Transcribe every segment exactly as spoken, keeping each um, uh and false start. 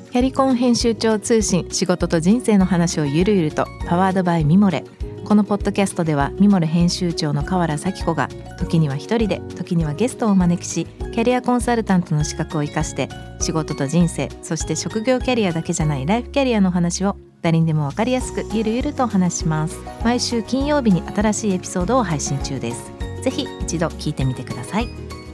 キャリコン編集長通信、仕事と人生の話をゆるゆると、パワードバイミモレ。このポッドキャストではミモレ編集長の河原咲子が時には一人で、時にはゲストをお招きし、キャリアコンサルタントの資格を生かして仕事と人生、そして職業キャリアだけじゃないライフキャリアの話を誰にでも分かりやすくゆるゆるとお話します。毎週金曜日に新しいエピソードを配信中です。ぜひ一度聞いてみてください。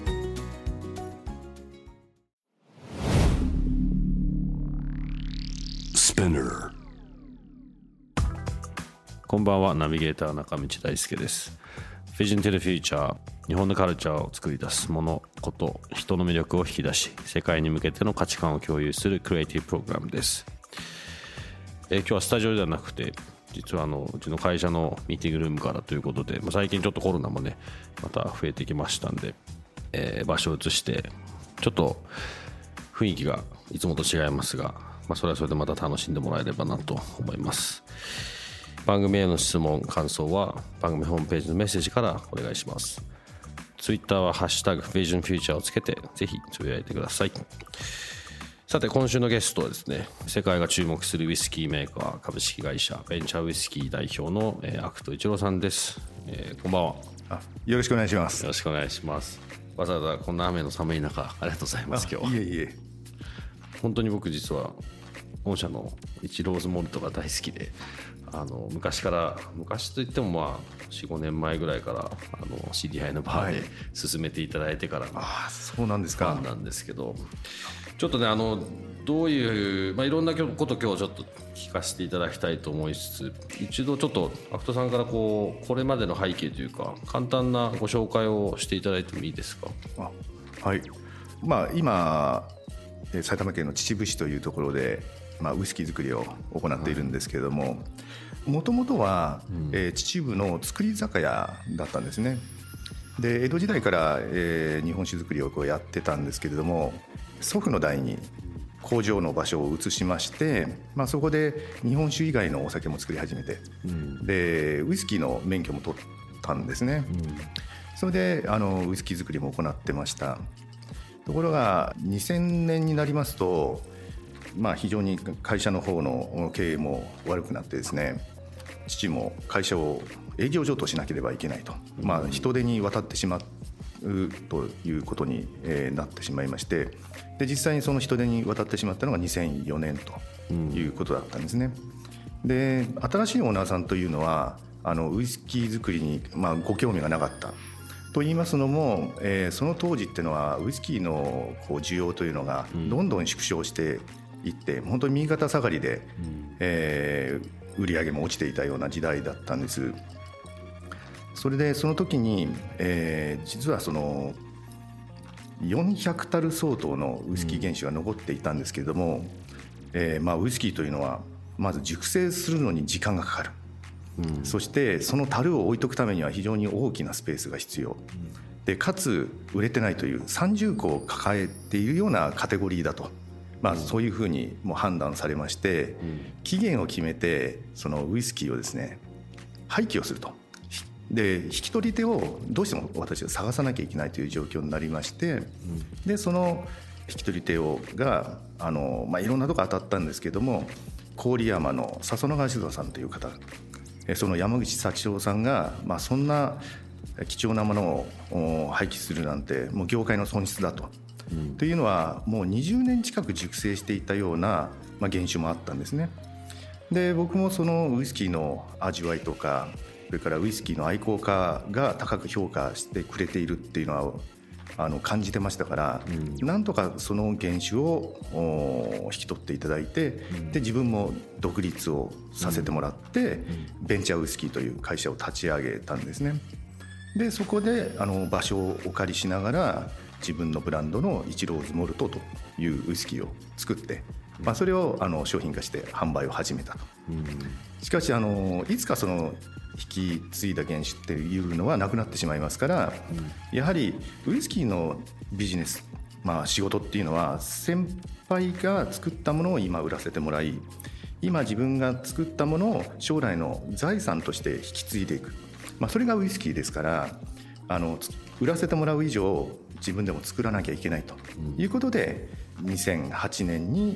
こんばんは、ナビゲーター中道大輔です。Vision to the Future、日本のカルチャーを作り出すもの、こと、人の魅力を引き出し、世界に向けての価値観を共有するクリエイティブプログラムです。えー、今日はスタジオではなくて、実はあのうちの会社のミーティングルームからということで、まあ、最近ちょっとコロナもねまた増えてきましたんで、えー、場所を移してちょっと雰囲気がいつもと違いますが、まあ、それはそれでまた楽しんでもらえればなと思います。番組への質問感想は番組ホームページのメッセージからお願いします。ツイッターはハッシュタグ Vision Future をつけてぜひつぶやいてください。さて、今週のゲストはですね、世界が注目するウイスキーメーカー株式会社ベンチャーウイスキー代表の、えー、アクト一郎さんです。えー、こんばんは。 あ、よろしくお願いします。 よろしくお願いします。わざわざこんな雨の寒い中ありがとうございます。今日は。 いえいえ。 本当に僕実は本社のイチローズモルトが大好きで、あの昔から昔といってもまあ よん,ご 年前ぐらいからあの知り合いのバーで勧めていただいてからの、 あ、そうなんですか。 ファンなんですけど、ちょっとねあのどういう、まあ、いろんなこと今日ちょっと聞かせていただきたいと思いつつ、一度ちょっとアクトさんからこうこれまでの背景というか簡単なご紹介をしていただいてもいいですか。 あ、はい。まあ、今埼玉県の秩父市というところで、まあ、ウイスキー作りを行っているんですけれども、もともとは、うんえー、秩父の造り酒屋だったんですね。で江戸時代から、えー、日本酒造りをこうやってたんですけれども、祖父の代に工場の場所を移しまして、まあ、そこで日本酒以外のお酒も作り始めて、うん、でウイスキーの免許も取ったんですね、うん、それであのウイスキー作りも行ってました。ところがにせんねんになりますと、まあ、非常に会社の方の経営も悪くなってですね、父も会社を営業譲渡しなければいけないと、まあ、人手に渡ってしまうということになってしまいまして、で実際にその人手に渡ってしまったのがにせんよねんということだったんですね。で新しいオーナーさんというのはあのウイスキー作りに、まあ、ご興味がなかったと言いますのも、えー、その当時っていうのはウイスキーのこう需要というのがどんどん縮小していって、本当に右肩下がりで、うんえー、売り上げも落ちていたような時代だったんです。それでその時に、えー、実はそのよんひゃくタル相当のウイスキー原酒が残っていたんですけれども、うんえーまあ、ウイスキーというのはまず熟成するのに時間がかかる、うん、そしてその樽を置いとくためには非常に大きなスペースが必要、うん、でかつ売れてないというさんじゅっこを抱えているようなカテゴリーだと、まあ、そういうふうにもう判断されまして、うん、期限を決めてそのウイスキーをですね廃棄をすると。で引き取り手をどうしても私は探さなきゃいけないという状況になりまして、うん、でその引き取り手をがあの、まあ、いろんなとこ当たったんですけども、郡山の笹野川酒造さんという方、その山口幸男さんが、まあ、そんな貴重なものを廃棄するなんてもう業界の損失だと、うん、というのはもうにじゅうねん近く熟成していたような、まあ、原酒もあったんですね。で僕もそのウイスキーの味わいとか、それからウイスキーの愛好家が高く評価してくれているっていうのはあの感じてましたから、うん、なんとかその原酒を引き取っていただいて、うん、で自分も独立をさせてもらって、うん、ベンチャーウイスキーという会社を立ち上げたんですね。でそこであの場所をお借りしながら自分のブランドのイチローズモルトというウイスキーを作って、まあ、それをあの商品化して販売を始めたと、うん、しかしあのいつかその引き継いだ原酒っていうのはなくなってしまいますから、うん、やはりウイスキーのビジネス、まあ、仕事っていうのは先輩が作ったものを今売らせてもらい、今自分が作ったものを将来の財産として引き継いでいく、まあ、それがウイスキーですから、あの売らせてもらう以上自分でも作らなきゃいけないということで、うん、にせんはちねんに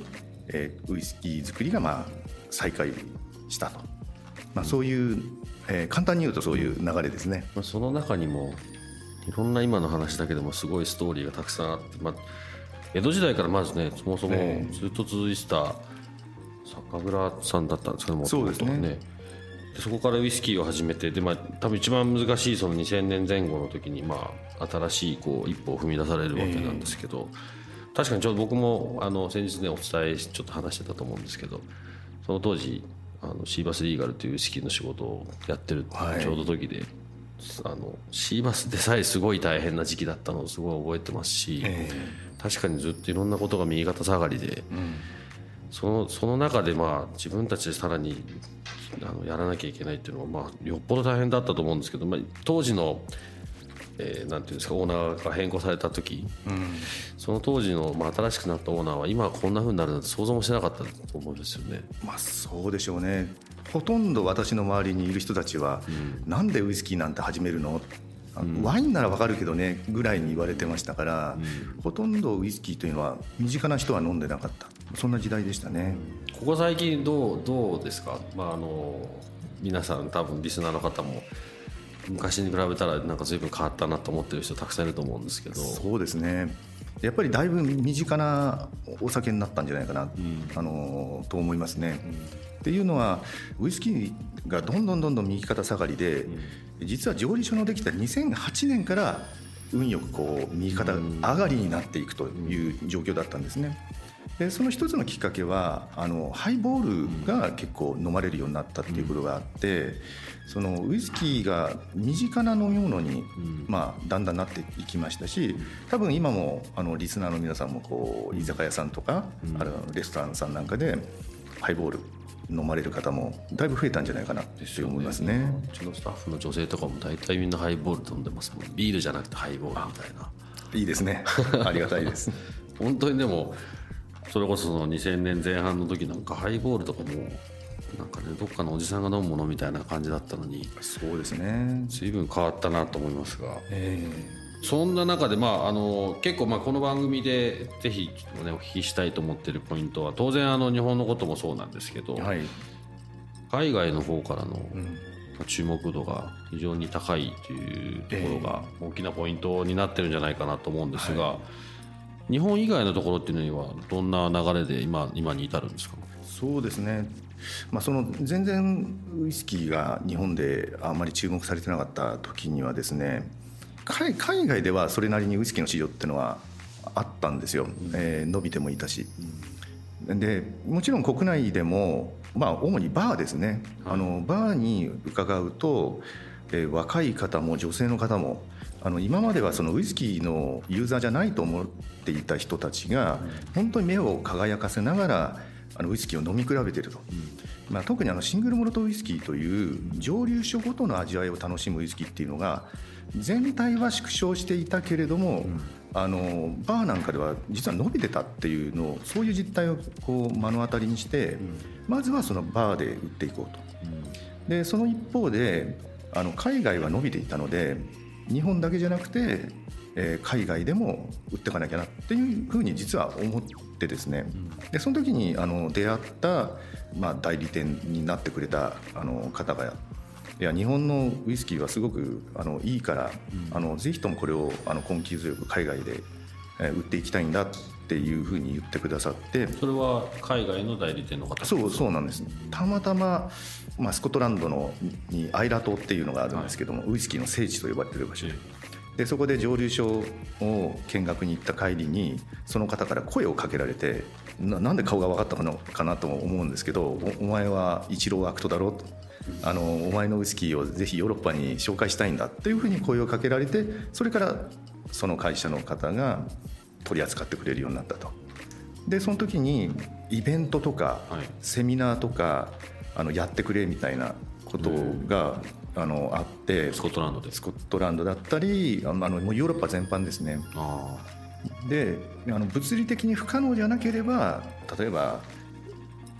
えー、ウイスキー作りがまあ再開したと、まあ、そういう、えー、簡単に言うとそういう流れですね。 その中にもいろんな今の話だけでもすごいストーリーがたくさんあって、まあ、江戸時代からまずねそもそもずっと続いてた酒蔵さんだったんですけども、 そうですね。 でそこからウイスキーを始めて、で、まあ、多分一番難しいそのにせんねんぜん後の時に、まあ、新しいこう一歩を踏み出されるわけなんですけど、えー、確かにちょうど僕もあの先日ねお伝えちょっと話してたと思うんですけど、その当時あのシーバスリーガルというウイスキーの仕事をやってるちょうど時で、はい、あのシーバスでさえすごい大変な時期だったのをすごい覚えてますし、えー、確かにずっといろんなことが右肩下がりで、うん、その、その中でまあ自分たちでさらにあのやらなきゃいけないっていうのは、まあ、よっぽど大変だったと思うんですけど、まあ、当時の、えー、なんていうんですかオーナーが変更された時、うん、その当時の、まあ、新しくなったオーナーは今はこんな風になるなんて想像もしてなかったと思うんですよね。 まあ、そうでしょうね。ほとんど私の周りにいる人たちは、うん、なんでウイスキーなんて始めるの、うん、ワインならわかるけどねぐらいに言われてましたから、うん、ほとんどウイスキーというのは身近な人は飲んでなかった、そんな時代でしたね。 ここ最近どう、どうですか、まあ、あの皆さん多分リスナーの方も昔に比べたらなんか随分変わったなと思ってる人たくさんいると思うんですけど。 そうですね、やっぱりだいぶ身近なお酒になったんじゃないかな、うん、あのと思いますね、うん、っていうのはウイスキーがどんどんどんどん右肩下がりで、うん、実は蒸留所のできたにせんはちねんから運よくこう右肩上がりになっていくという状況だったんですね。でその一つのきっかけはあのハイボールが結構飲まれるようになったっていうことがあって、そのウイスキーが身近な飲み物に、まあ、だんだんなっていきましたし、多分今もあのリスナーの皆さんもこう居酒屋さんとか、あるレストランさんなんかでハイボール飲まれる方もだいぶ増えたんじゃないかなって思いますね。 うちのスタッフの女性とかも大体みんなハイボール飲んでますもん。ビールじゃなくてハイボールみたいな。 いいですね、ありがたいです本当に。でもそれこそそのにせんねんぜん半の時なんかハイボールとかもなんかねどっかのおじさんが飲むものみたいな感じだったのに、 そうですね、 随分変わったなと思いますが、 えー、そんな中で、まあ、あの結構まあこの番組でぜひちょっと、ね、お聞きしたいと思っているポイントは当然あの日本のこともそうなんですけど、はい、海外の方からの注目度が非常に高いというところが大きなポイントになってるんじゃないかなと思うんですが、はい、日本以外のところっていうのにはどんな流れで 今, 今に至るんですか？ そうですね、まあ、その全然ウイスキーが日本であまり注目されてなかった時にはですね、海, 海外ではそれなりにウイスキーの市場っていうのはあったんですよ、うんえー、伸びてもいたし、うん、でもちろん国内でも、まあ、主にバーですね、はい、あのバーに伺うと、えー、若い方も女性の方もあの今まではそのウイスキーのユーザーじゃないと思っていた人たちが本当に目を輝かせながらあのウイスキーを飲み比べていると、うんまあ、特にあのシングルモルトウイスキーという蒸留所ごとの味わいを楽しむウイスキーっていうのが全体は縮小していたけれども、うん、あのバーなんかでは実は伸びてたっていうのをそういう実態をこう目の当たりにして、うん、まずはそのバーで売っていこうと、うん、でその一方であの海外は伸びていたので日本だけじゃなくて、えー、海外でも売っていかなきゃなっていうふうに実は思ってですね、うん、でその時にあの出会った、まあ、代理店になってくれたあの方がいや日本のウイスキーはすごくあのいいから、うん、あのぜひともこれをあの根気強く海外で、えー、売っていきたいんだっていうふうに言ってくださって。 それは海外の代理店の方？ そうそうなんです。たまたま、まあ、スコットランドのにアイラ島っていうのがあるんですけども、はい、ウイスキーの聖地と呼ばれている場所で、でそこで蒸留所を見学に行った帰りにその方から声をかけられて な, なんで顔が分かったのかなと思うんですけど、 お, お前はイチローアクトだろと、あのお前のウイスキーをぜひヨーロッパに紹介したいんだっていうふうに声をかけられて、それからその会社の方が取り扱ってくれるようになったと。でその時にイベントとか、はい、セミナーとかあのやってくれみたいなことが、あのあって、 スコットランドでスコットランドだったりあのもうヨーロッパ全般ですね。あであの物理的に不可能じゃなければ例えば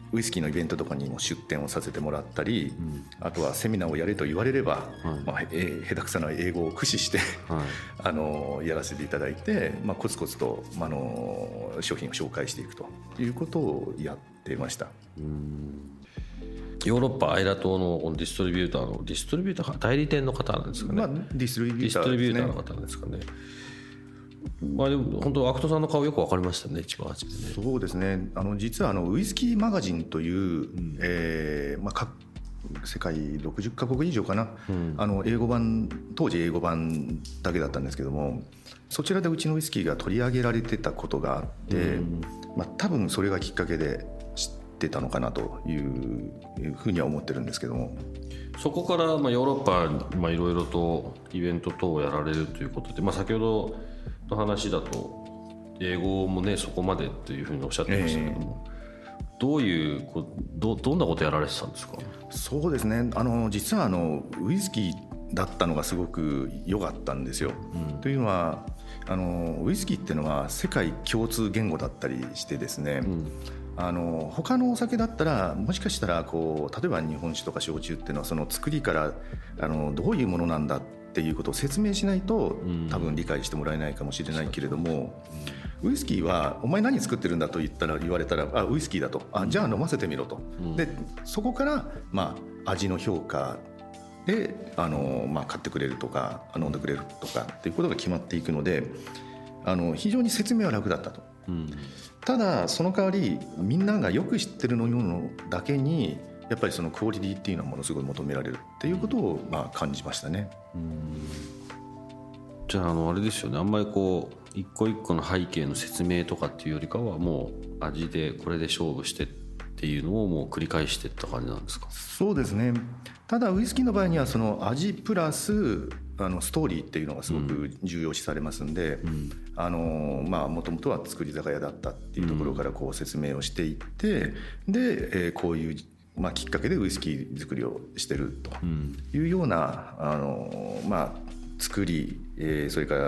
ウイスキーのイベントとかにも出展をさせてもらったり、うん、あとはセミナーをやれと言われれば、はいまあ、え下手くそな英語を駆使して、はい、あのやらせていただいて、まあ、コツコツと、まあ、あの商品を紹介していくということをやってました。 うんヨーロッパアイラ島のディストリビューターのディストリビューター代理店の方なんですかね、 まあ、ディストリビューターですね。ディストリビューターの方なんですかね。まあ、でも本当アクトさんの顔よく分かりましたね一番初めね。 そうですねあの実はあのウイスキーマガジンという、うんえーまあ、各世界ろくじゅっカ国以上かな、うん、あの英語版当時英語版だけだったんですけどもそちらでうちのウイスキーが取り上げられてたことがあって、うんまあ、多分それがきっかけで知ってたのかなというふうには思ってるんですけどもそこからまあヨーロッパまあいろいろとイベント等をやられるということで、まあ、先ほどの話だと英語もねそこまでというふうにおっしゃってましたけども、えー、どういうどどんなことやられてたんですか？ そうですねあの実はあのウイスキーだったのがすごく良かったんですよ、うん、というのはあのウイスキーっていうのは世界共通言語だったりしてですね、うんあの他のお酒だったらもしかしたらこう例えば日本酒とか焼酎っていうのはその作りからあのどういうものなんだっていうことを説明しないと多分理解してもらえないかもしれないけれども、うん、ウイスキーはお前何作ってるんだと言ったら言われたらあウイスキーだとあじゃあ飲ませてみろと、うん、でそこから、まあ、味の評価であの、まあ、買ってくれるとか飲んでくれるとかっていうことが決まっていくのであの非常に説明は楽だったと、うん、ただその代わりみんながよく知ってる飲み物だけにやっぱりそのクオリティっていうのはものすごい求められるっていうことをまあ感じましたね。 うんじゃあ、あのあれですよねあんまりこう一個一個の背景の説明とかっていうよりかはもう味でこれで勝負してっていうのをもう繰り返していった感じなんですか？ そうですねただウイスキーの場合にはその味プラスあのストーリーっていうのがすごく重要視されますんで、うんあのまあ、もともとは作り酒屋だったっていうところからこう説明をしていって、うん、で、えー、こういう、まあ、きっかけでウイスキー作りをしてるというような、あの、まあ、作り、えー、それから、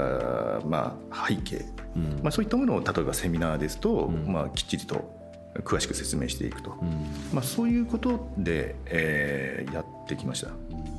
まあ、背景、うんまあ、そういったものを例えばセミナーですと、うんまあ、きっちりと詳しく説明していくと、うんまあ、そういうことで、えー、やってきました。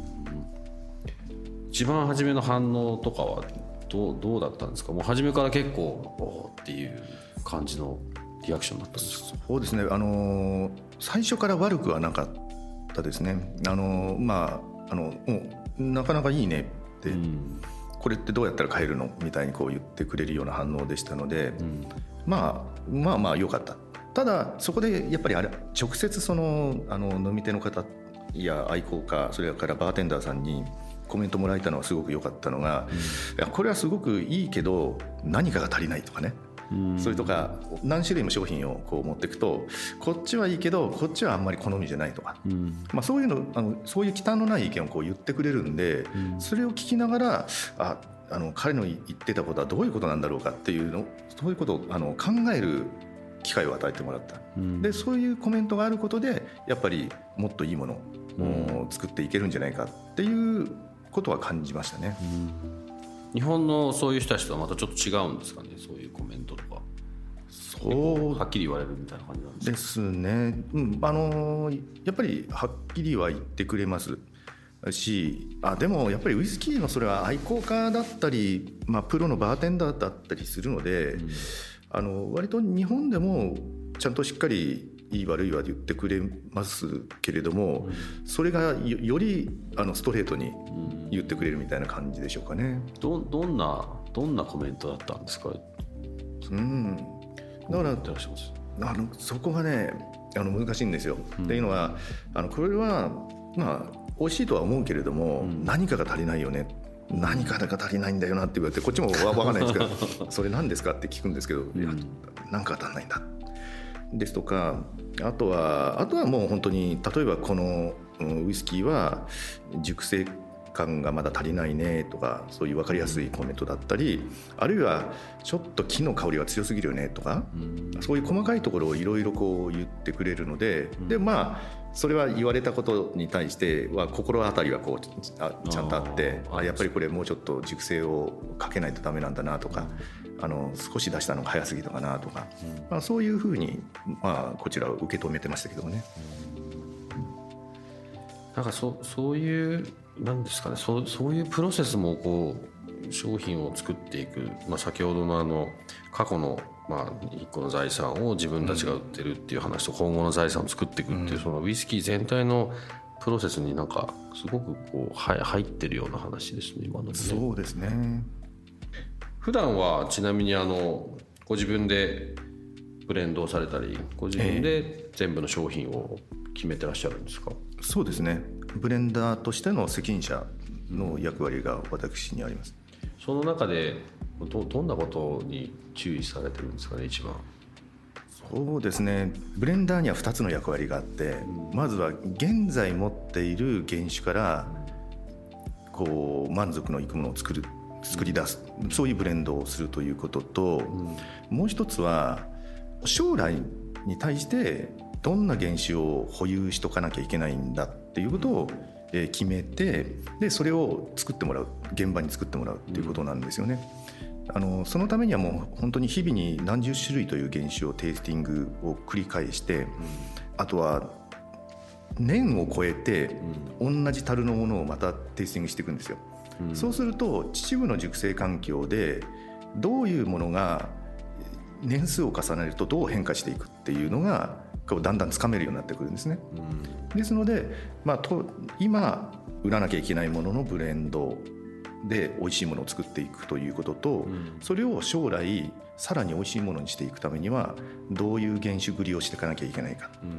一番初めの反応とかはどう、どうだったんですか？もう初めから結構おーっていう感じのリアクションだったんですか？ そうですね、あのー、最初から悪くはなかったですね。あのー、まああのなかなかいいねって、うん、これってどうやったら買えるのみたいにこう言ってくれるような反応でしたので、うん、まあまあまあ良かった。ただそこでやっぱりあれ直接そのあの飲み手の方や愛好家それからバーテンダーさんにコメントもらえたのはすごく良かったのが、うん、いやこれはすごくいいけど何かが足りないとかね、うん、それとか何種類も商品をこう持っていくとこっちはいいけどこっちはあんまり好みじゃないとか、うんまあ、そういうのあのそういう忌憚のない意見をこう言ってくれるんで、うん、それを聞きながらああの彼の言ってたことはどういうことなんだろうかっていうのそういうことをあの考える機会を与えてもらった、うん、でそういうコメントがあることでやっぱりもっといいものを作っていけるんじゃないかっていうことは感じましたね、 うん、日本のそういう人たちとはまたちょっと違うんですかねそういうコメントとかそうはっきり言われるみたいな感じなんですか？ ですね、うん、あのやっぱりはっきりは言ってくれますしあでもやっぱりウイスキーのそれは愛好家だったり、まあ、プロのバーテンダーだったりするので、うんあの割と日本でもちゃんとしっかりいい悪いは言ってくれますけれども、うん、それが よ, よりあのストレートに言ってくれるみたいな感じでしょうかね。 ど, どんなどんなコメントだったんですか？ うん、だからあのそこがねあの難しいんですよ、うん、っていうのはあのこれはまあ美味しいとは思うけれども、うん、何かが足りないよね何かが足りないんだよなって言われてこっちも分かんないんですけどそれ何ですかって聞くんですけど、うん、いや何か足りないんだですとかあとはあとはもう本当に例えばこのウイスキーは熟成感がまだ足りないねとかそういう分かりやすいコメントだったりあるいはちょっと木の香りは強すぎるよねとか、うん、そういう細かいところをいろいろこう言ってくれるので、うん、でまあそれは言われたことに対しては心当たりはこうあちゃんとあってあやっぱりこれもうちょっと熟成をかけないとダメなんだなとか、 あの少し出したのが早すぎたかなとか、うんまあ、そういうふうに、まあ、こちらを受け止めてましたけどもね、 うん、なんか そ, そういうなんですかね、そう、そういうプロセスもこう商品を作っていく、まあ、先ほどのあの過去のまあ一個の財産を自分たちが売ってるっていう話と今後の財産を作っていくっていう、そのウイスキー全体のプロセスになんかすごくこう入ってるような話ですね、今のね。 そうですね。 普段はちなみにあのご自分でブレンドをされたりご自分で全部の商品を決めてらっしゃるんですか？ えー、そうですね。ブレンダーとしての責任者の役割が私にあります。 その中で ど, どんなことに注意されてるんですかね、一番。 そうですね、ブレンダーにはふたつの役割があって、うん、まずは現在持っている原酒からこう満足のいくものを作る作り出す、うん、そういうブレンドをするということと、うん、もう一つは将来に対してどんな原酒を保有しとかなきゃいけないんだっていうことを決めて、でそれを作ってもらう、現場に作ってもらうっていうことなんですよね。あのそのためにはもう本当に日々に何十種類という原酒をテイスティングを繰り返して、あとは年を超えて同じ樽のものをまたテイスティングしていくんですよ。そうすると秩父の熟成環境でどういうものが年数を重ねるとどう変化していくっていうのがこうだんだんつかめるようになってくるんですね。ですので、まあ、と今売らなきゃいけないもののブレンドで美味しいものを作っていくということと、うん、それを将来さらに美味しいものにしていくためにはどういう原酒繰りをしていかなきゃいけないか、うん、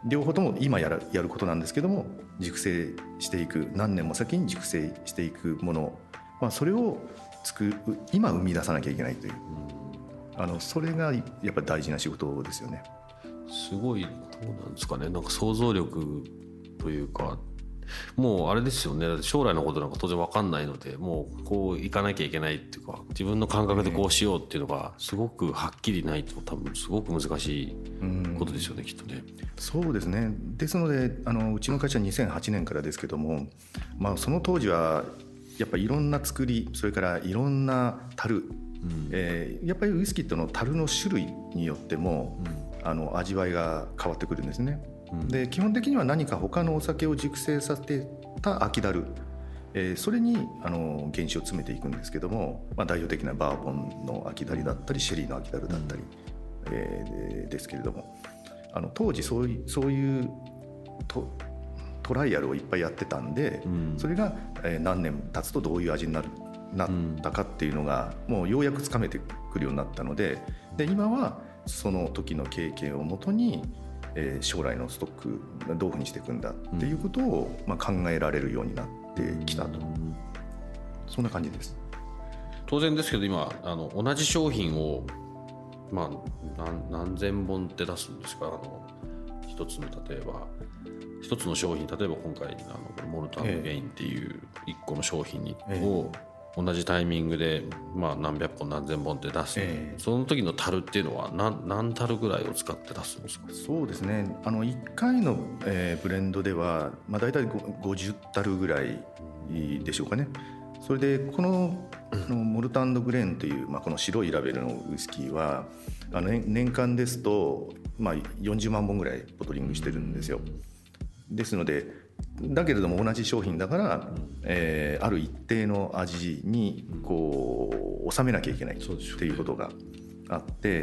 両方とも今や る, やることなんですけども、熟成していく、何年も先に熟成していくもの、まあ、それを作る今生み出さなきゃいけないという、うん、あのそれがやっぱり大事な仕事ですよね。 すごい、どうなんですかね、なんか想像力というか、もうあれですよね、将来のことなんか当然分かんないので、もうこういかなきゃいけないっていうか、自分の感覚でこうしようっていうのがすごくはっきりないと多分すごく難しいことですよね、きっとね。 そうですね。ですのであのうちの会社はにせんはちねんからですけども、まあ、その当時はやっぱりいろんな作り、それからいろんな樽、うんえー、やっぱりウイスキーっての樽の種類によっても、うん、あの味わいが変わってくるんですね。で基本的には何か他のお酒を熟成させた空き樽、えー、それにあの原酒を詰めていくんですけども、まあ、代表的なバーボンの空き樽だったりシェリーの空き樽だったり、えー、ですけれども、あの当時そういう、そういうト、トライアルをいっぱいやってたんで、うん、それが、えー、何年経つとどういう味になるなったかっていうのがもうようやくつかめてくるようになったので、で今はその時の経験をもとにえー、将来のストックどういうふうにしていくんだっていうことを、うんまあ、考えられるようになってきたと、うん、そんな感じです。 当然ですけど今あの同じ商品を、まあ、何, 何千本って出すんですか。あの一つの例えば一つの商品、例えば今回あのモルト&ゲインっていう一個の商品に、えー、を同じタイミングで、まあ、何百本何千本って出す、えー、その時の樽っていうのは 何, 何樽ぐらいを使って出すんですか。 そうですね、あのいっかいの、えー、ブレンドでは、まあ、大体ごじゅう樽ぐらいでしょうかね。それでこの、うん、モルト&グレーンという、まあ、この白いラベルのウイスキーはあの年間ですと、まあ、よんじゅうまんぼんぐらいボトリングしてるんですよ。ですのでだけれども同じ商品だから、うんえー、ある一定の味にこう収めなきゃいけないっていうことがあって、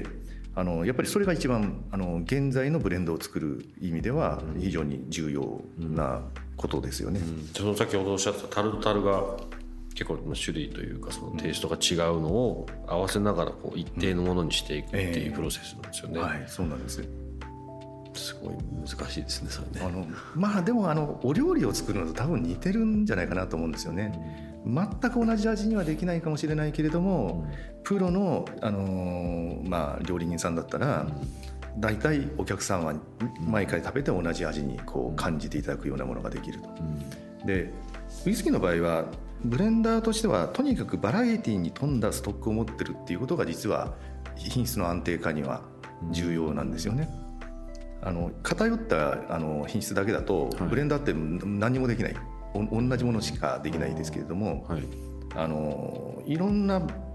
あのやっぱりそれが一番あの現在のブレンドを作る意味では非常に重要なことですよね。うんうん、 その先ほどおっしゃったタルタルが結構種類というかそのテイストが違うのを合わせながらこう一定のものにしていくっていうプロセスなんですよね。 うんえー、はい、そうなんです。 すごい難しいですね、それね。 あのまあでもあのお料理を作るのと多分似てるんじゃないかなと思うんですよね。うん、全く同じ味にはできないかもしれないけれども、うん、プロの、あのーまあ、料理人さんだったら、うん、大体お客さんは毎回食べて同じ味にこう感じていただくようなものができると。うん、でウイスキーの場合はブレンダーとしてはとにかくバラエティに富んだストックを持ってるっていうことが実は品質の安定化には重要なんですよね。あの偏ったあの品質だけだとブレンダーって何もできない、はい、同じものしかできないですけれども、はい、あのいろんな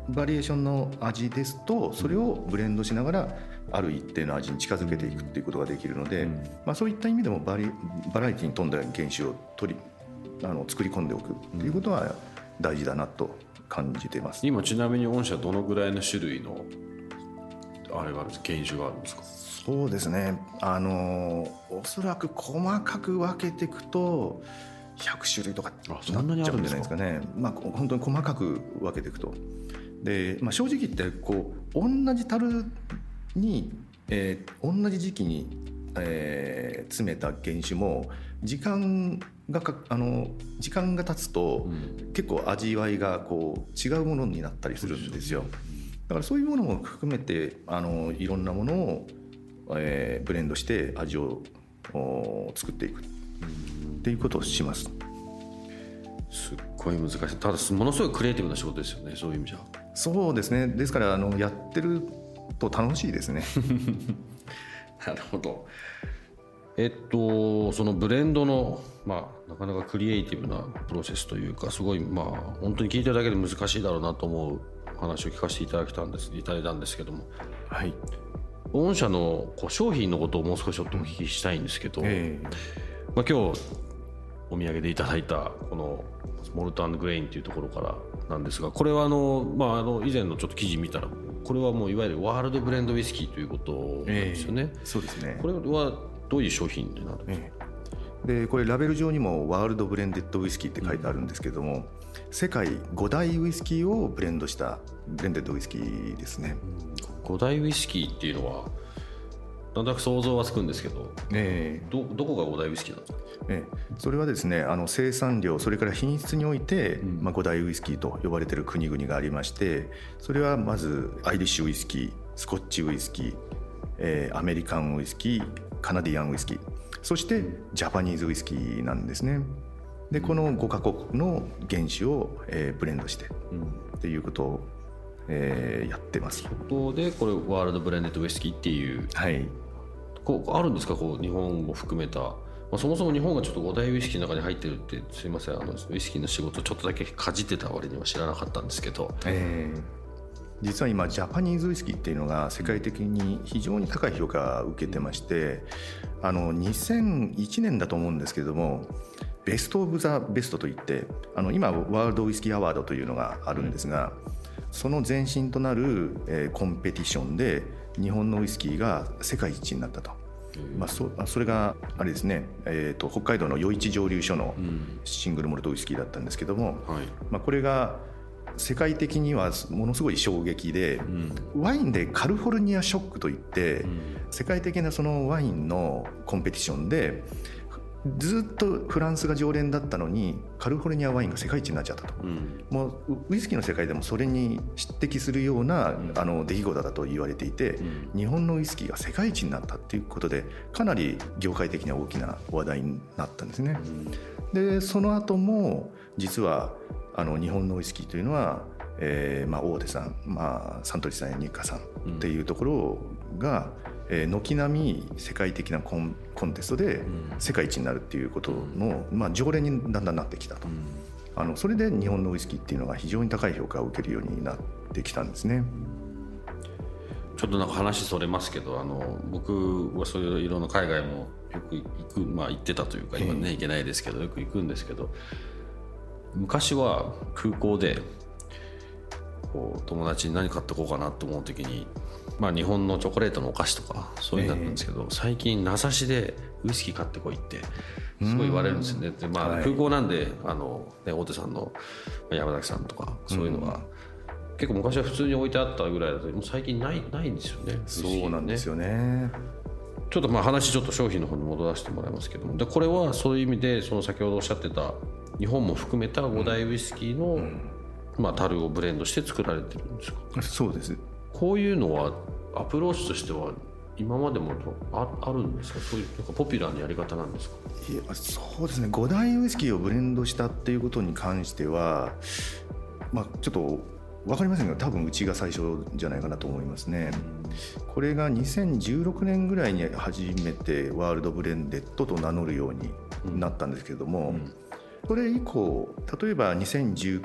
バリエーションの味ですとそれをブレンドしながらある一定の味に近づけていくっていうことができるので、うんまあ、そういった意味でもバリ、バラエティに富んだ原酒を取りあの作り込んでおくっていうことは大事だなと感じています。 今ちなみに御社どのぐらいの種類のあれがあるんですか、原酒があるんですか？ そうですね、あのおそらく細かく分けていくとひゃくしゅるいとかなっちゃうんじゃないですかね。まあ、本当に細かく分けていくとで、まあ、正直言ってこう同じ樽に、えー、同じ時期に、えー、詰めた原酒も時間がかあの時間が経つと、うん、結構味わいがこう違うものになったりするんですよ。だからそういうものも含めてあのいろんなものを、えー、ブレンドして味を作っていくっていうことをします。 すっごい難しい。ただものすごいクリエイティブな仕事ですよね、そういう意味じゃ。 そうですね。ですからあのやってると楽しいですね。 なるほど。えっとそのブレンドの、まあ、なかなかクリエイティブなプロセスというかすごい、まあ、本当に聞いてるだけで難しいだろうなと思う話を聞かせていただいたんですいただいたんですけども、 はい、 御社のこう商品のことをもう少しちょっとお聞きしたいんですけど、えーまあ、今日お土産でいただいたこのモルト&グレインというところからなんですが、これはあの、まあ、あの以前のちょっと記事見たらこれはもういわゆるワールドブレンドウイスキーということなんですよね、 えー、そうですね。 これはどういう商品になるんですか？ えー、でこれラベル上にもワールドブレンデッドウイスキーって書いてあるんですけども、うん、世界ご大ウイスキーをブレンドしたブレンデッドウイスキーですね。 ご大ウイスキーっていうのはなんとなく想像はつくんですけど、えー、ど, どこがご大ウイスキーなんですか？ えー、それはですね、あの生産量それから品質において、うんまあ、ご大ウイスキーと呼ばれている国々がありまして、それはまずアイリッシュウイスキー、スコッチウイスキー、えー、アメリカンウイスキー、カナディアンウイスキー、そしてジャパニーズウイスキーなんですね。でこのごカ国の原酒を、えー、ブレンドして、うん、っていうことを、えー、やってます。 そこでこれワールドブレンデッドウイスキーっていう、 はい、 こうあるんですか？こう日本を含めた、まあ、そもそも日本がちょっとご大ウイスキーの中に入ってるってすいません、あのウイスキーの仕事ちょっとだけかじってた割には知らなかったんですけど、 えー、実は今ジャパニーズウイスキーっていうのが世界的に非常に高い評価を受けてまして、あのにせんいちねんだと思うんですけれども、ベストオブザベストといって、あの今ワールドウイスキーアワードというのがあるんですが、その前身となる、えー、コンペティションで日本のウイスキーが世界一になったと。まあ、そ, それがあれですね、えー、と北海道の余市蒸留所のシングルモルトウイスキーだったんですけども、うんはいまあ、これが世界的にはものすごい衝撃で、うん、ワインでカリフォルニアショックといって、うん、世界的なそのワインのコンペティションでずっとフランスが常連だったのにカリフォルニアワインが世界一になっちゃったと、うん、もうウイスキーの世界でもそれに匹敵するような、うん、あの出来事だと言われていて、うん、日本のウイスキーが世界一になったっていうことでかなり業界的には大きな話題になったんですね、うん、でその後も実はあの日本のウイスキーというのは、えーまあ、大手さん、まあ、サントリーさんや日課さんっていうところが、えー、軒並み世界的なコン、コンテストで世界一になるっていうことの、まあ、常連にだんだんなってきたと、うん、あのそれで日本のウイスキーっていうのが非常に高い評価を受けるようになってきたんですね。 ちょっとなんか話それますけど、あの僕はそういういろんな海外もよく行く、まあ、行ってたというか今ね行けないですけどよく行くんですけど、昔は空港でこう友達に何買ってこうかなと思う時に、まあ、日本のチョコレートのお菓子とかそういうのだったんですけど、えー、最近名指しでウイスキー買ってこいってすごい言われるんですよね。で、まあ、空港なんで、はい、あのね、大手さんの山崎さんとかそういうのが、うん、結構昔は普通に置いてあったぐらいだともう最近ない、ないんですよね。 そうなんですよね。 ちょっとまあ話ちょっと商品の方に戻らせてもらいますけども、でこれはそういう意味でその先ほどおっしゃってた日本も含めたご大ウイスキーの、うんうんまあ、樽をブレンドして作られてるんですか？ そうです。 こういうのはアプローチとしては今までも あ, あるんですか？そういうなんかポピュラーなやり方なんですか？ いや、そうですね。ご大ウイスキーをブレンドしたっていうことに関しては、まあ、ちょっと分かりませんが多分うちが最初じゃないかなと思いますね。これがにせんじゅうろくねんぐらいに初めてワールドブレンデッドと名乗るようになったんですけれども、うんうん、それ以降例えばにせんじゅう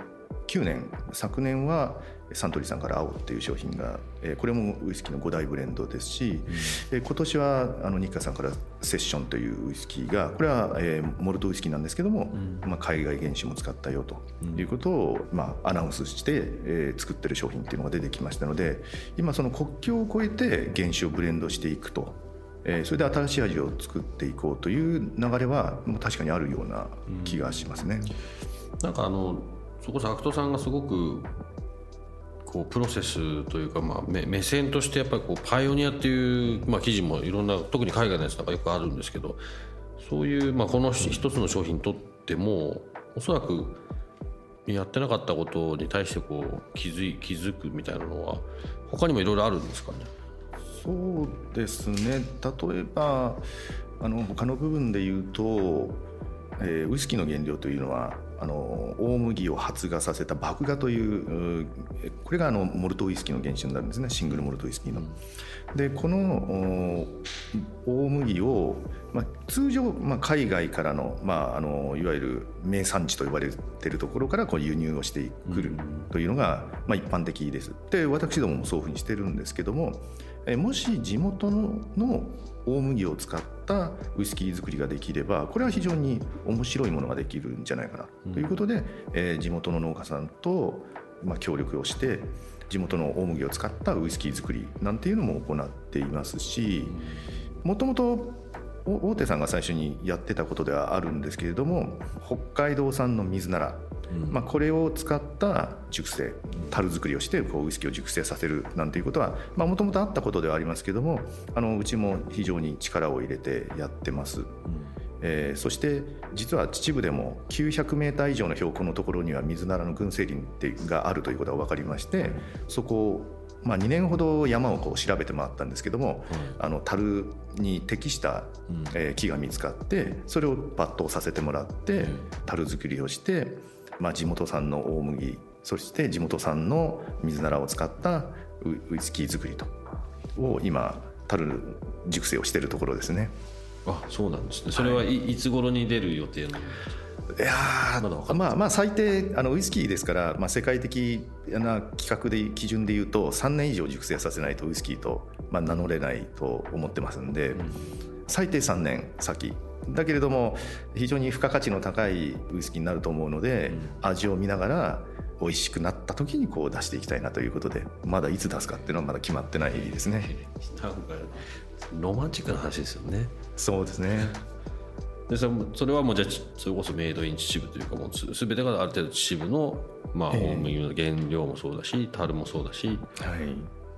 きゅうねん昨年はサントリーさんから青っていう商品が、えー、これもウイスキーのご大ブレンドですし、うん、えー、今年はあの日課さんからセッションというウイスキーがこれは、えー、モルトウイスキーなんですけども、うん、まあ、海外原酒も使ったよということを、うん、まあ、アナウンスして、えー、作ってる商品っていうのが出てきましたので、今その国境を越えて原酒をブレンドしていくと、えー、それで新しい味を作っていこうという流れは確かにあるような気がしますね、 うん、なんかあのそこそアクトさんがすごくこうプロセスというか、まあ、目, 目線としてやっぱりこうパイオニアっていう、まあ、記事もいろんな特に海外のやつなんかよくあるんですけど、そういう、まあ、この一つの商品にとってもおそらくやってなかったことに対してこう気づい気づくみたいなのは他にもいろいろあるんですかね。 そうですね、例えばあの他の部分で言うと、えー、ウイスキーの原料というのはあの大麦を発芽させた麦芽という、これがあのモルトウイスキーの原種になるんですね、シングルモルトウイスキーの。でこの大麦を、まあ、通常、まあ、海外からの、まあ、あのいわゆる名産地と呼ばれているところからこう輸入をしてくるというのが、まあ、一般的です。で私どももそういうふうにしてるんですけども、えもし地元 の, の大麦を使ったウイスキー作りができれば、これは非常に面白いものができるんじゃないかなということで、うん、えー、地元の農家さんと、まあ、協力をして地元の大麦を使ったウイスキー作りなんていうのも行っていますし、もともと大手さんが最初にやってたことではあるんですけれども、北海道産の水なら、うん、まあ、これを使った熟成樽作りをしてこうウイスキーを熟成させるなんていうことはもともとあったことではありますけども、あのうちも非常に力を入れてやってます、うん、えー、そして実は秩父でもきゅうひゃくメーター以上の標高のところには水ならの群生林があるということが分かりまして、そこをまあ、にねんほど山をこう調べて回ったんですけども、うん、あの樽に適した、えー、木が見つかって、それを抜刀させてもらって樽作りをして、まあ、地元産の大麦、そして地元産の水ならを使ったウイスキー作りとを今樽熟成をしているところですね。 あ、そうなんですね。それはい、はい、いつ頃に出る予定なの？ いやー、まあ、まあ最低あのウイスキーですから、まあ、世界的な規格で基準でいうとさんねん以上熟成させないとウイスキーと、まあ、名乗れないと思ってますんで、うん、最低さんねん先だけれども非常に付加価値の高いウイスキーになると思うので、うん、味を見ながら美味しくなった時にこう出していきたいなということで、まだいつ出すかっていうのはまだ決まってないですね。 なんかロマンチックな話ですよね。 そうですね。 でそれはもうじゃあそれこそメイドイン秩父というか、もう全てがある程度秩父の、まあ、大麦の原料もそうだし、樽もそうだし、はい、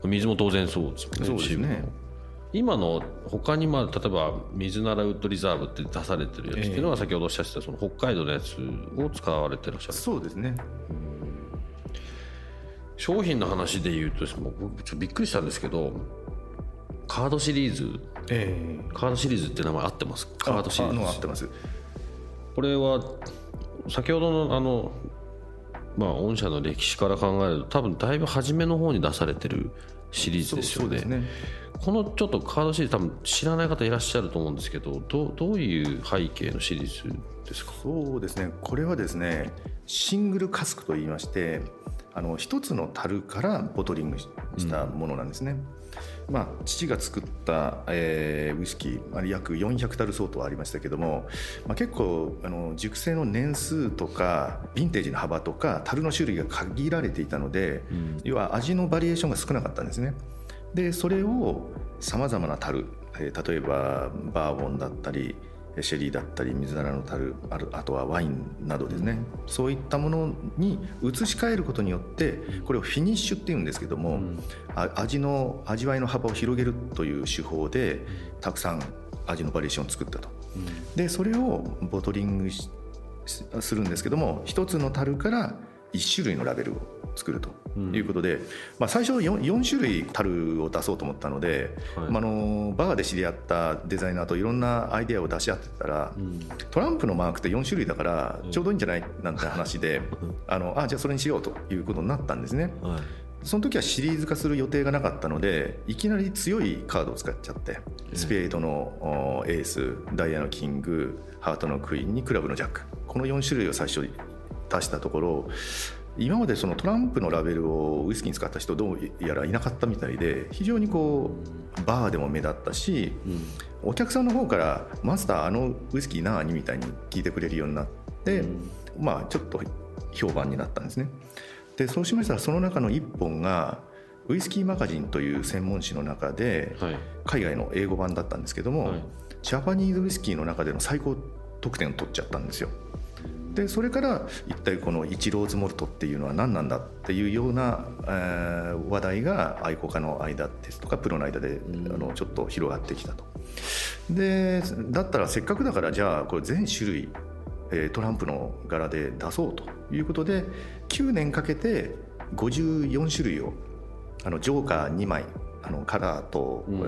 水も当然そうですもんね。 そうですね。 今の他に、まあ、例えば水ならウッドリザーブって出されてるやつっていうのは、先ほどおっしゃってたその北海道のやつを使われてらっしゃる。 そうですね。 商品の話で言うと、僕ちょっとびっくりしたんですけど、カードシリーズ、えー、カードシリーズって名前合ってます？カードシリーズ。 あ、合ってます。 これは先ほどのあの、まあ、御社の歴史から考えると多分だいぶ初めの方に出されてるシリーズですよね。そうですね。このちょっとカードシリーズ多分知らない方いらっしゃると思うんですけど、ど, どういう背景のシリーズですか？ そうですね、これはですねシングルカスクといいまして、あの一つの樽からボトリングしたものなんですね、うん。まあ、父が作った、えー、ウイスキー約よんひゃくタル相当ありましたけども、まあ、結構あの熟成の年数とかヴィンテージの幅とか樽の種類が限られていたので、うん、要は味のバリエーションが少なかったんですね。でそれをさまざまな樽、えー、例えばバーボンだったりシェリーだったり水ならの樽、あるあとはワインなどですね、そういったものに移し替えることによって、これをフィニッシュっていうんですけども、うん、味の味わいの幅を広げるという手法でたくさん味のバリエーションを作ったと、うん、でそれをボトリングするんですけども、一つの樽からいち種類のラベルを作るということで、うん、まあ、最初 4, よん種類樽を出そうと思ったので、はい、まあ、あのバーで知り合ったデザイナーといろんなアイデアを出し合ってたら、うん、トランプのマークってよん種類だからちょうどいいんじゃないなんて話で、うん、あのあじゃあそれにしようということになったんですね、はい。その時はシリーズ化する予定がなかったので、いきなり強いカードを使っちゃって、スペードのエース、ダイヤのキング、ハートのクイーンにクラブのジャック、このよん種類を最初に出したところ、 今までそのトランプのラベルをウイスキーに使った人どうやらいなかったみたいで、非常にこうバーでも目立ったし、うん、お客さんの方からマスターあのウイスキー何みたいに聞いてくれるようになって、うん、まあちょっと評判になったんですね。でそうしましたら、その中のいっぽんがウイスキーマガジンという専門誌の中で、はい、海外の英語版だったんですけども、はい、ジャパニーズウイスキーの中での最高得点を取っちゃったんですよ。でそれから一体このイチローズモルトっていうのは何なんだっていうような、えー、話題が愛好家の間ですとかプロの間で、うん、あのちょっと広がってきたと。でだったらせっかくだからじゃあこれ全種類、えー、トランプの柄で出そうということできゅうねんかけてごじゅうよんしゅるいをあのジョーカーにまいあのカラーと、うん、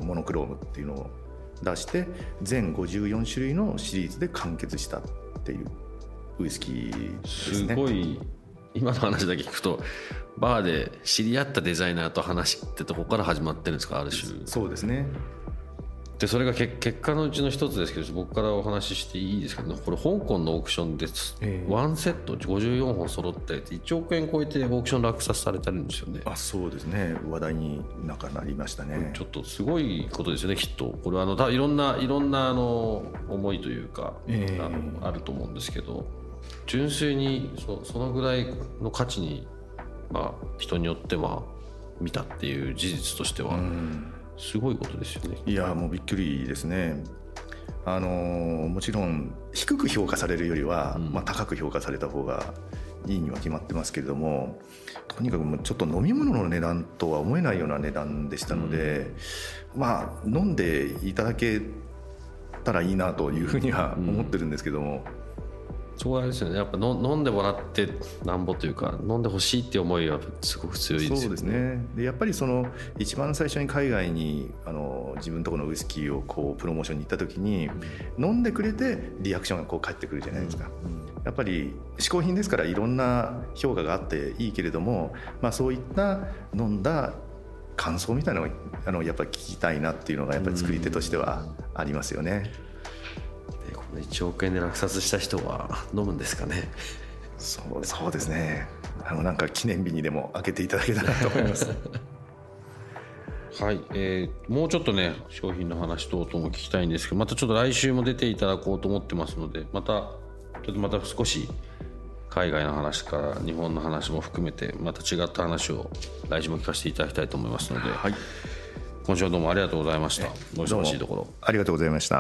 モノクロームっていうのを出して全ごじゅうよんしゅるいのシリーズで完結したっていうウイスキーですね。 すごい今の話だけ聞くとバーで知り合ったデザイナーと話ってとこから始まってるんですか、ある種。 そうですね。 でそれが結果のうちの一つですけど、僕からお話ししていいですけど、これ香港のオークションです、えー、ワンセットごじゅうよんほん揃っていちおくえん超えてオークション落札されてるんですよね。 あ、そうですね、話題になんかなりましたね。 ちょっとすごいことですよね、きっと。これはあのいろんないろんなあの思いというか、えー、あのあると思うんですけど、純粋に そ, そのぐらいの価値に、まあ、人によっては見たっていう事実としては、うんすごいことですよね。 いやもうびっくりですね。あのもちろん低く評価されるよりは、うんまあ、高く評価された方がいいには決まってますけれども、とにかくもうちょっと飲み物の値段とは思えないような値段でしたので、うん、まあ飲んでいただけたらいいなというふうには思ってるんですけども、うんそうなんですよね。やっぱの飲んでもらってなんぼというか、飲んでほしいっていう思いはすごく強いですよね。 そうですね。でやっぱりその一番最初に海外にあの自分のところのウイスキーをこうプロモーションに行った時に、うん、飲んでくれてリアクションがこう返ってくるじゃないですか、うんうん、やっぱり嗜好品ですからいろんな評価があっていいけれども、まあ、そういった飲んだ感想みたいなのをあのやっぱり聞きたいなっていうのがやっぱり作り手としてはありますよね。 いちおくえんで落札した人は飲むんですかね。 そう、そうですね。あのなんか記念日にでも開けていただけたらと思いますはい、えー、もうちょっとね商品の話等々も聞きたいんですけど、またちょっと来週も出ていただこうと思ってますので、またちょっとまた少し海外の話から日本の話も含めてまた違った話を来週も聞かせていただきたいと思いますので、はい、今週はどうもありがとうございました。お忙しいところありがとうございました。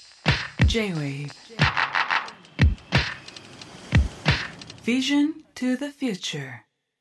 J-Wave Vision to the Future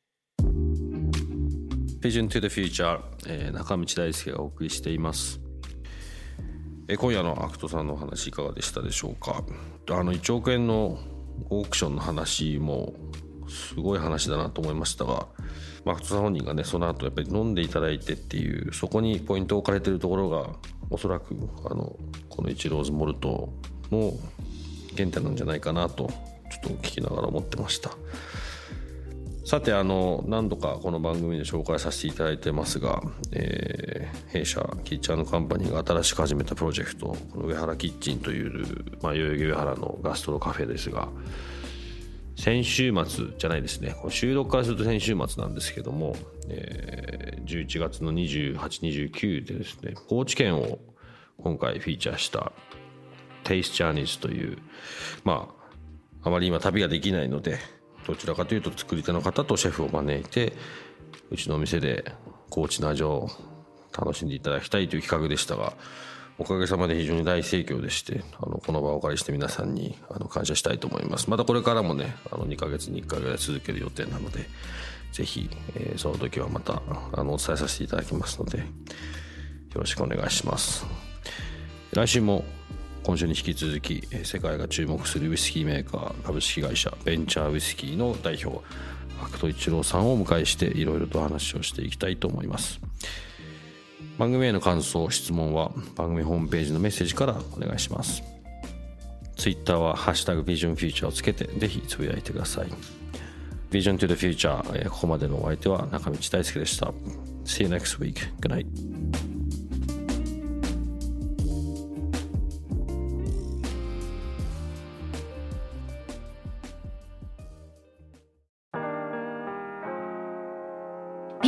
Vision to the Future、えー、中道大輔がお送りしています。えー、今夜のアクトさんのお話いかがでしたでしょうか。あのいちおくえんのオークションの話もすごい話だなと思いましたが、アクトさん本人がねその後やっぱり飲んでいただいてっていうそこにポイントを置かれているところがおそらくあのこのイチローズモルトの原点なんじゃないかなとちょっと聞きながら思ってました。さてあの何度かこの番組で紹介させていただいてますが、えー、弊社キッチン&カンパニーが新しく始めたプロジェクト、この上原キッチンという、まあ、代々木上原のガストロカフェですが、先週末じゃないですね、この収録からすると先週末なんですけども、えー、じゅういちがつのにじゅうはち、にじゅうくでですね、高知県を今回フィーチャーしたテイスチャーニーズという、まああまり今旅ができないのでどちらかというと作り手の方とシェフを招いてうちのお店で高知の味を楽しんでいただきたいという企画でしたが、おかげさまで非常に大盛況でして、あのこの場をお借りして皆さんにあの感謝したいと思います。またこれからもねあのにかげつにいっかいぐらい続ける予定なので、ぜひ、えー、その時はまたあのお伝えさせていただきますのでよろしくお願いします。来週も今週に引き続き世界が注目するウイスキーメーカー株式会社ベンチャーウイスキーの代表アクト一郎さんをお迎えしていろいろと話をしていきたいと思います。番組への感想質問は番組ホームページのメッセージからお願いします。ツイッターはハッシュタグビジョンフューチャーをつけてぜひつぶやいてください。Vision to the Future、ここまでのお相手は中道大輔でした。 See you next week. Good night.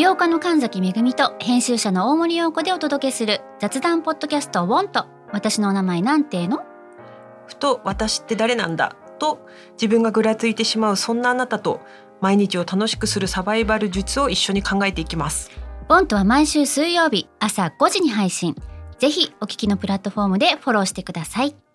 業家の神崎めぐみと編集者の大森洋子でお届けする雑談ポッドキャストウォント。私のお名前なんていうの？ ふと私って誰なんだと自分がぐらついてしまうそんなあなたと、毎日を楽しくするサバイバル術を一緒に考えていきます。 ウォントは毎週水曜日朝ごじに配信。ぜひお聞きのプラットフォームでフォローしてください。